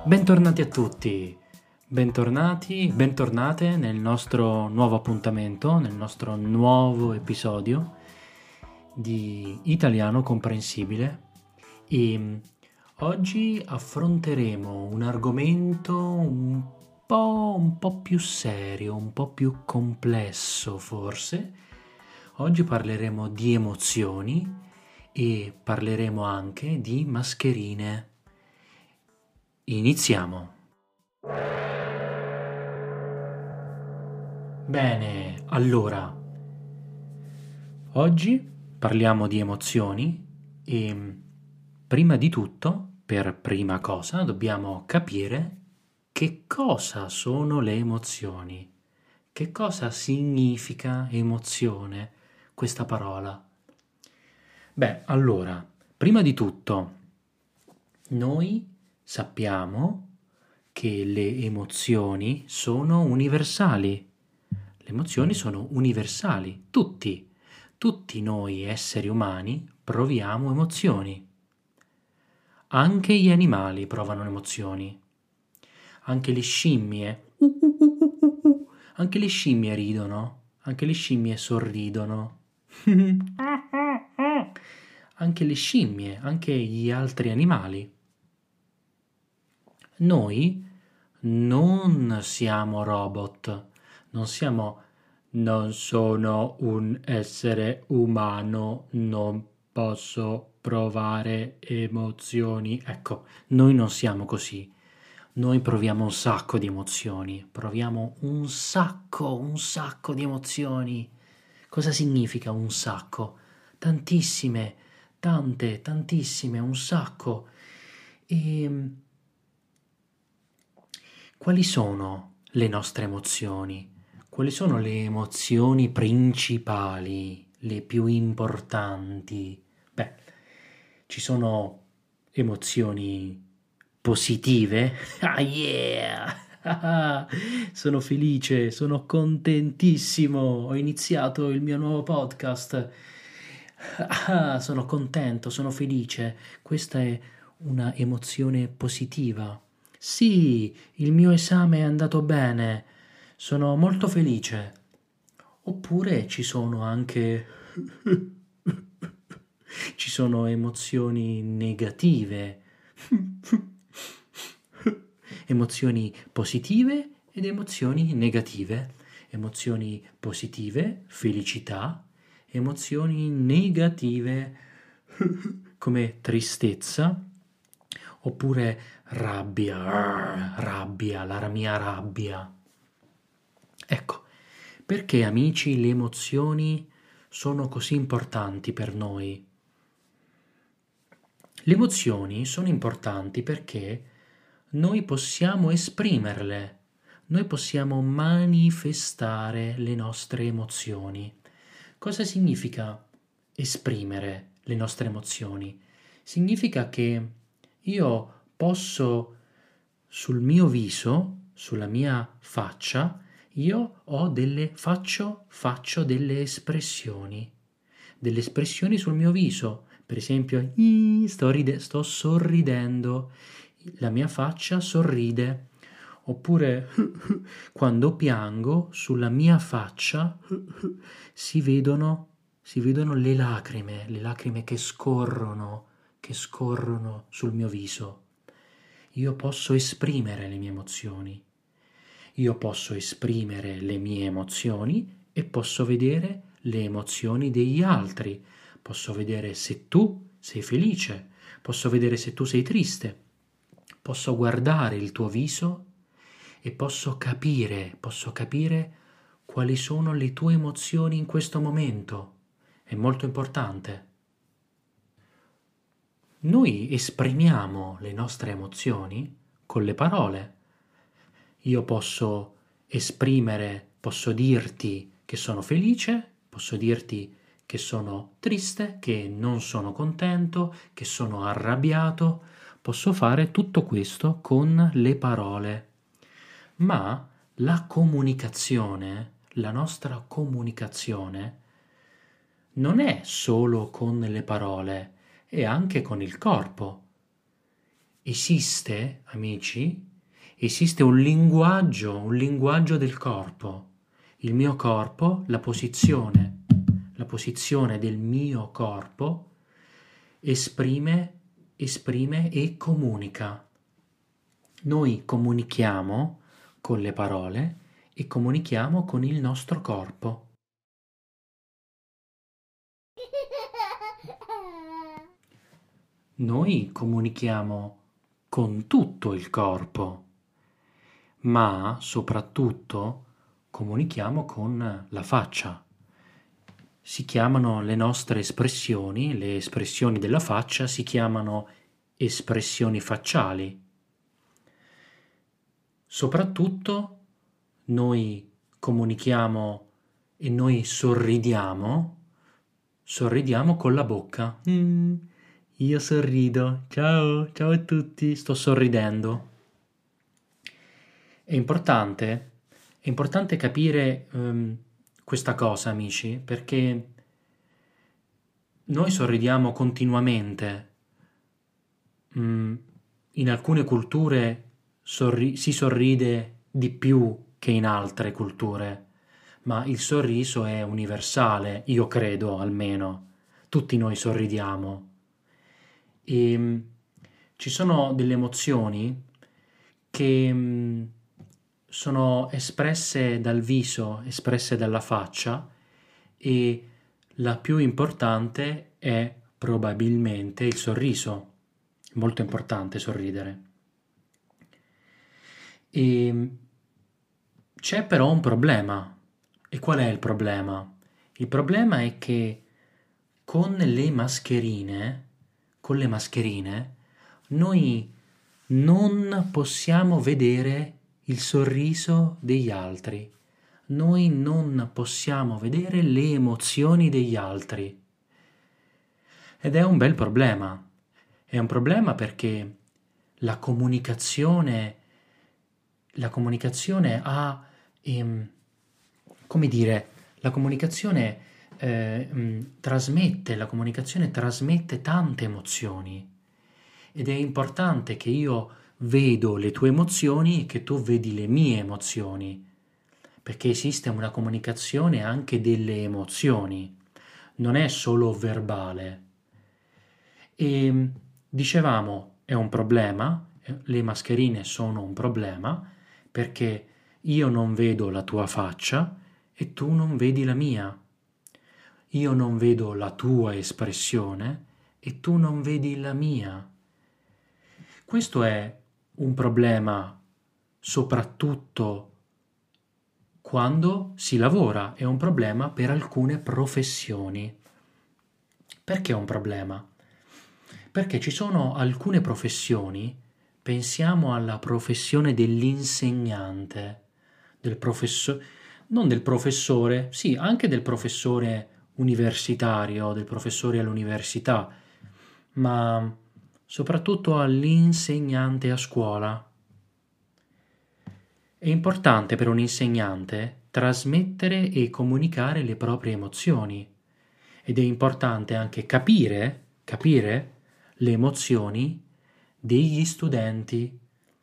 Bentornati a tutti, bentornate nel nostro nuovo appuntamento, nel nostro nuovo episodio di Italiano Comprensibile e oggi affronteremo un argomento un po' più serio, un po' più complesso forse. Oggi parleremo di emozioni e parleremo anche di mascherine. Iniziamo. Bene, allora, oggi parliamo di emozioni e prima di tutto, per prima cosa, dobbiamo capire che cosa sono le emozioni, che cosa significa emozione, questa parola. Beh, allora, prima di tutto, noi sappiamo che le emozioni sono universali. Le emozioni sono universali, tutti noi esseri umani proviamo emozioni. Anche gli animali provano emozioni. Anche le scimmie, anche le scimmie ridono, anche le scimmie sorridono. Anche le scimmie, anche gli altri animali. Noi non siamo robot, non sono un essere umano, non posso provare emozioni. Ecco, noi non siamo così. Noi proviamo un sacco di emozioni, proviamo un sacco di emozioni. Cosa significa un sacco? Tantissime, tantissime, un sacco. E quali sono le nostre emozioni? Quali sono le emozioni principali, le più importanti? Beh, ci sono emozioni positive. Ah yeah! Sono felice, sono contentissimo. Ho iniziato il mio nuovo podcast. Sono contento, sono felice. Questa è una emozione positiva. Sì, il mio esame è andato bene. Sono molto felice. Oppure ci sono anche ci sono emozioni negative. Emozioni positive ed emozioni negative. Emozioni positive, felicità, emozioni negative come tristezza oppure rabbia, la mia rabbia. Ecco, perché amici le emozioni sono così importanti per noi? Le emozioni sono importanti perché noi possiamo esprimerle, noi possiamo manifestare le nostre emozioni. Cosa significa esprimere le nostre emozioni? Significa che io posso sul mio viso, sulla mia faccia, faccio delle espressioni sul mio viso. Per esempio, sto sorridendo, la mia faccia sorride. Oppure quando piango, sulla mia faccia si vedono le lacrime che scorrono sul mio viso. Io posso esprimere le mie emozioni. Io posso esprimere le mie emozioni e posso vedere le emozioni degli altri. Posso vedere se tu sei felice, posso vedere se tu sei triste. Posso guardare il tuo viso e posso capire quali sono le tue emozioni in questo momento. È molto importante. Noi esprimiamo le nostre emozioni con le parole. Io posso dirti che sono felice, posso dirti che sono triste, che non sono contento, che sono arrabbiato. Posso fare tutto questo con le parole. Ma la nostra comunicazione, non è solo con le parole, è anche con il corpo. esiste, amici, esiste un linguaggio del corpo. Il mio corpo, la posizione del mio corpo esprime e comunica. Noi comunichiamo con le parole e comunichiamo con il nostro corpo. Noi comunichiamo con tutto il corpo, ma soprattutto comunichiamo con la faccia. Si chiamano le nostre espressioni, le espressioni della faccia si chiamano espressioni facciali. Soprattutto noi comunichiamo e noi sorridiamo con la bocca. Io sorrido, ciao a tutti, sto sorridendo. È importante capire questa cosa, amici, perché noi sorridiamo continuamente. In alcune culture si sorride di più che in altre culture, ma il sorriso è universale, io credo almeno. Tutti noi sorridiamo. E ci sono delle emozioni che sono espresse dal viso, espresse dalla faccia, e la più importante è probabilmente il sorriso. È molto importante sorridere. E c'è però un problema. E qual è il problema? Il problema è che con le mascherine, noi non possiamo vedere il sorriso degli altri. Noi non possiamo vedere le emozioni degli altri. Ed è un bel problema. È un problema perché la comunicazione ha, come dire, la comunicazione trasmette tante emozioni. Ed è importante che io vedo le tue emozioni e che tu vedi le mie emozioni, perché esiste una comunicazione anche delle emozioni, non è solo verbale. E dicevamo, è un problema, le mascherine sono un problema, perché io non vedo la tua faccia e tu non vedi la mia. Io non vedo la tua espressione e tu non vedi la mia. Questo è un problema soprattutto quando si lavora, è un problema per alcune professioni. Perché è un problema? Perché ci sono alcune professioni, pensiamo alla professione dell'insegnante, non del professore, sì, anche del professore universitario, del professore all'università, ma soprattutto all'insegnante a scuola. È importante per un insegnante trasmettere e comunicare le proprie emozioni ed è importante anche capire le emozioni degli studenti.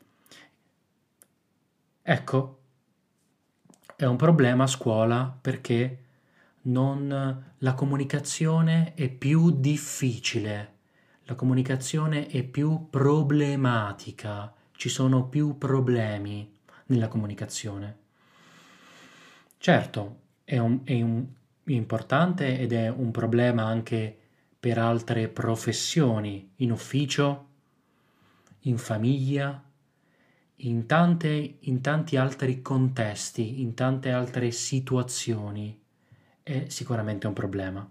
Ecco, è un problema a scuola perché la comunicazione è più difficile. La comunicazione è più problematica, ci sono più problemi nella comunicazione. Certo, è importante ed è un problema anche per altre professioni, in ufficio, in famiglia, in tanti altri contesti, in tante altre situazioni. È sicuramente un problema.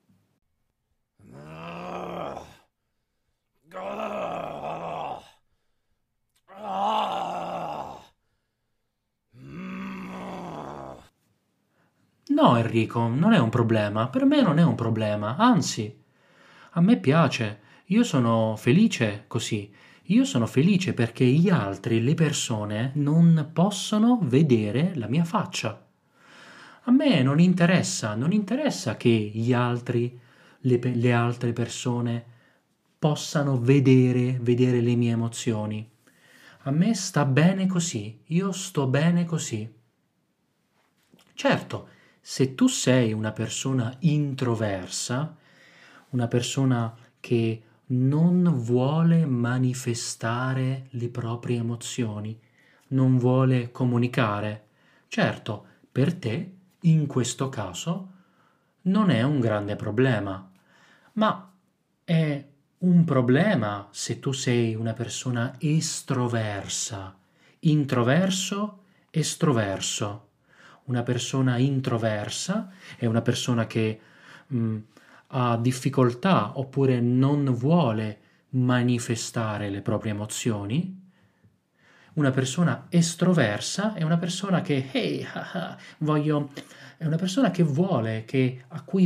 No, Enrico, non è un problema. Per me non è un problema, anzi, a me piace. Io sono felice così. Io sono felice perché gli altri, le persone, non possono vedere la mia faccia. A me non interessa che gli altri, le altre persone possano vedere le mie emozioni. A me sta bene così, io sto bene così. Certo, se tu sei una persona introversa, una persona che non vuole manifestare le proprie emozioni, non vuole comunicare, certo, per te, in questo caso, non è un grande problema, ma è un problema se tu sei una persona estroversa, introverso, estroverso. Una persona introversa è una persona che mh, ha difficoltà oppure non vuole manifestare le proprie emozioni. Una persona estroversa è una persona che, hey, è una persona che vuole, a cui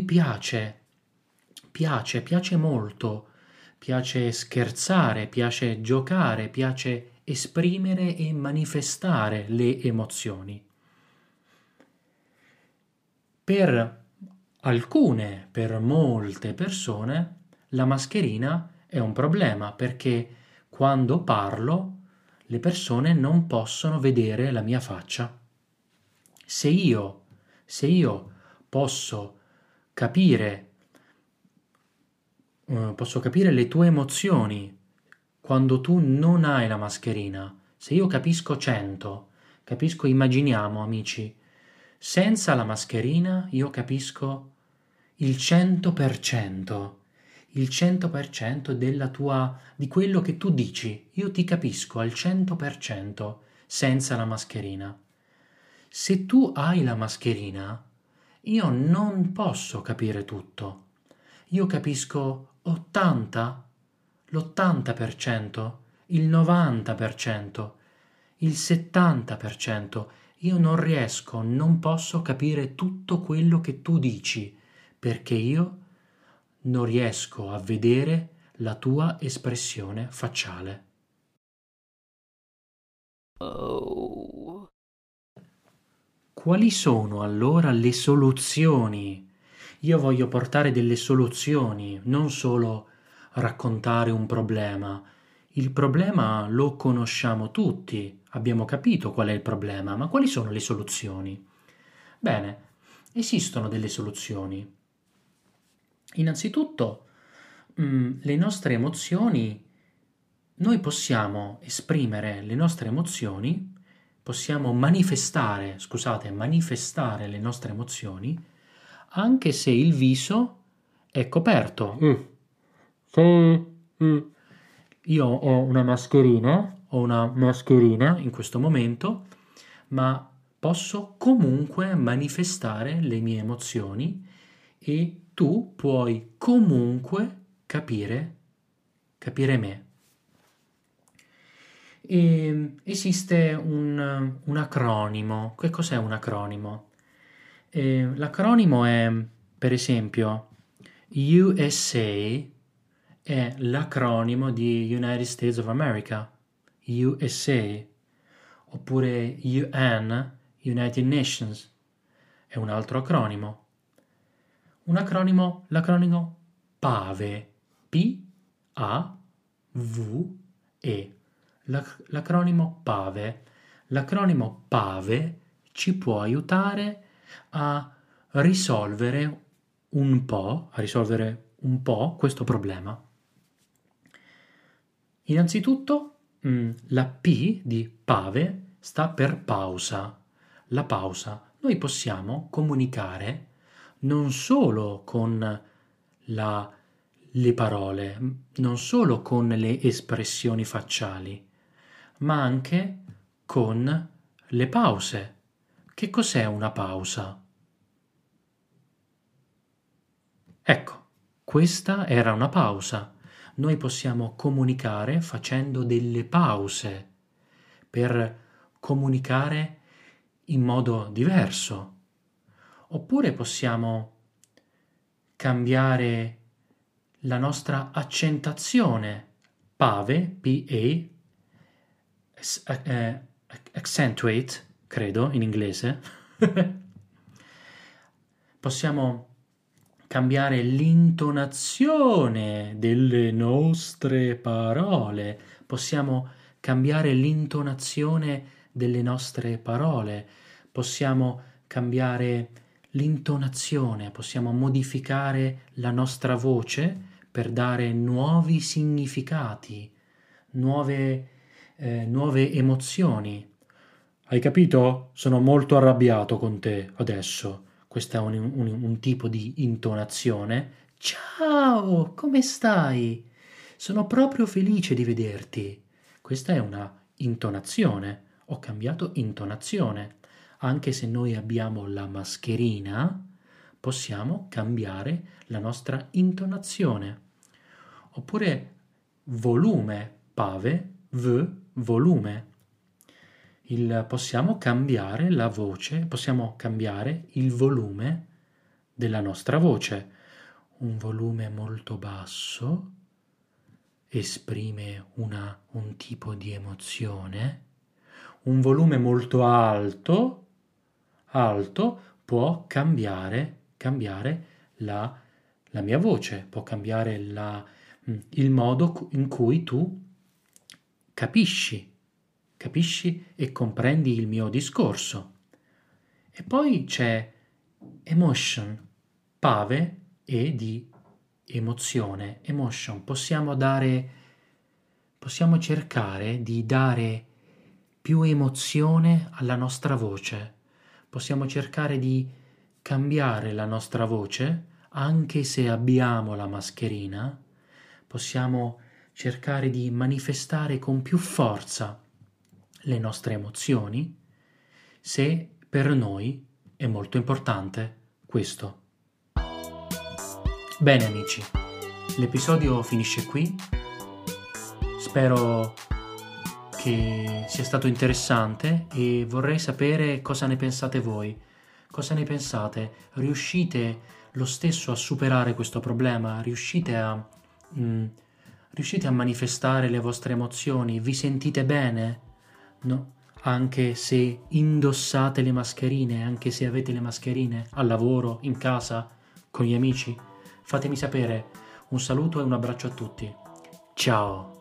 piace molto, piace scherzare, piace giocare, piace esprimere e manifestare le emozioni. Per molte persone, la mascherina è un problema perché quando parlo le persone non possono vedere la mia faccia. Se io, se io posso capire, posso capire le tue emozioni quando tu non hai la mascherina, se io capisco 100, capisco, immaginiamo amici, senza la mascherina io capisco il 100%, il 100% di quello che tu dici, io ti capisco al 100% senza la mascherina. Se tu hai la mascherina, io non posso capire tutto. Io capisco 80, l'80%, il 90%, il 70%. Io non riesco, non posso capire tutto quello che tu dici, perché io non riesco a vedere la tua espressione facciale. Oh. Quali sono allora le soluzioni? Io voglio portare delle soluzioni, non solo raccontare un problema. Il problema lo conosciamo tutti, abbiamo capito qual è il problema, ma quali sono le soluzioni? Bene, esistono delle soluzioni. Innanzitutto, le nostre emozioni, noi possiamo esprimere le nostre emozioni, possiamo manifestare le nostre emozioni, anche se il viso è coperto. Sì, io ho una mascherina in questo momento, ma posso comunque manifestare le mie emozioni e tu puoi comunque capire me. E esiste un acronimo. Che cos'è un acronimo? L'acronimo è, per esempio, USA è l'acronimo di United States of America, USA, oppure UN, United Nations, è un altro acronimo. L'acronimo PAVE, P-A-V-E, l'acronimo PAVE. L'acronimo PAVE ci può aiutare a risolvere un po' questo problema. Innanzitutto, la P di PAVE sta per pausa. La pausa. Noi possiamo comunicare non solo con le parole, non solo con le espressioni facciali, ma anche con le pause. Che cos'è una pausa? Ecco, questa era una pausa. Noi possiamo comunicare facendo delle pause per comunicare in modo diverso. Oppure possiamo cambiare la nostra accentazione. PAVE, P-A, accentuate, credo, in inglese. Possiamo cambiare l'intonazione delle nostre parole. Possiamo cambiare l'intonazione delle nostre parole. Possiamo cambiare l'intonazione, possiamo modificare la nostra voce per dare nuovi significati, nuove emozioni. Hai capito? Sono molto arrabbiato con te adesso. Questo è un tipo di intonazione. Ciao, come stai? Sono proprio felice di vederti. Questa è una intonazione. Ho cambiato intonazione. Anche se noi abbiamo la mascherina, possiamo cambiare la nostra intonazione. Oppure volume, pave, volume. Possiamo cambiare la voce, possiamo cambiare il volume della nostra voce. Un volume molto basso esprime un tipo di emozione. Un volume molto alto può cambiare la mia voce, può cambiare il modo in cui tu capisci e comprendi il mio discorso. E poi c'è emotion, pave e di emozione, emotion. Possiamo cercare di dare più emozione alla nostra voce. Possiamo cercare di cambiare la nostra voce, anche se abbiamo la mascherina. Possiamo cercare di manifestare con più forza le nostre emozioni, se per noi è molto importante questo. Bene amici, l'episodio finisce qui. Spero che sia stato interessante e vorrei sapere cosa ne pensate voi. Cosa ne pensate? Riuscite lo stesso a superare questo problema? Riuscite a manifestare le vostre emozioni? Vi sentite bene? No? Anche se indossate le mascherine, anche se avete le mascherine al lavoro, in casa, con gli amici? Fatemi sapere. Un saluto e un abbraccio a tutti. Ciao!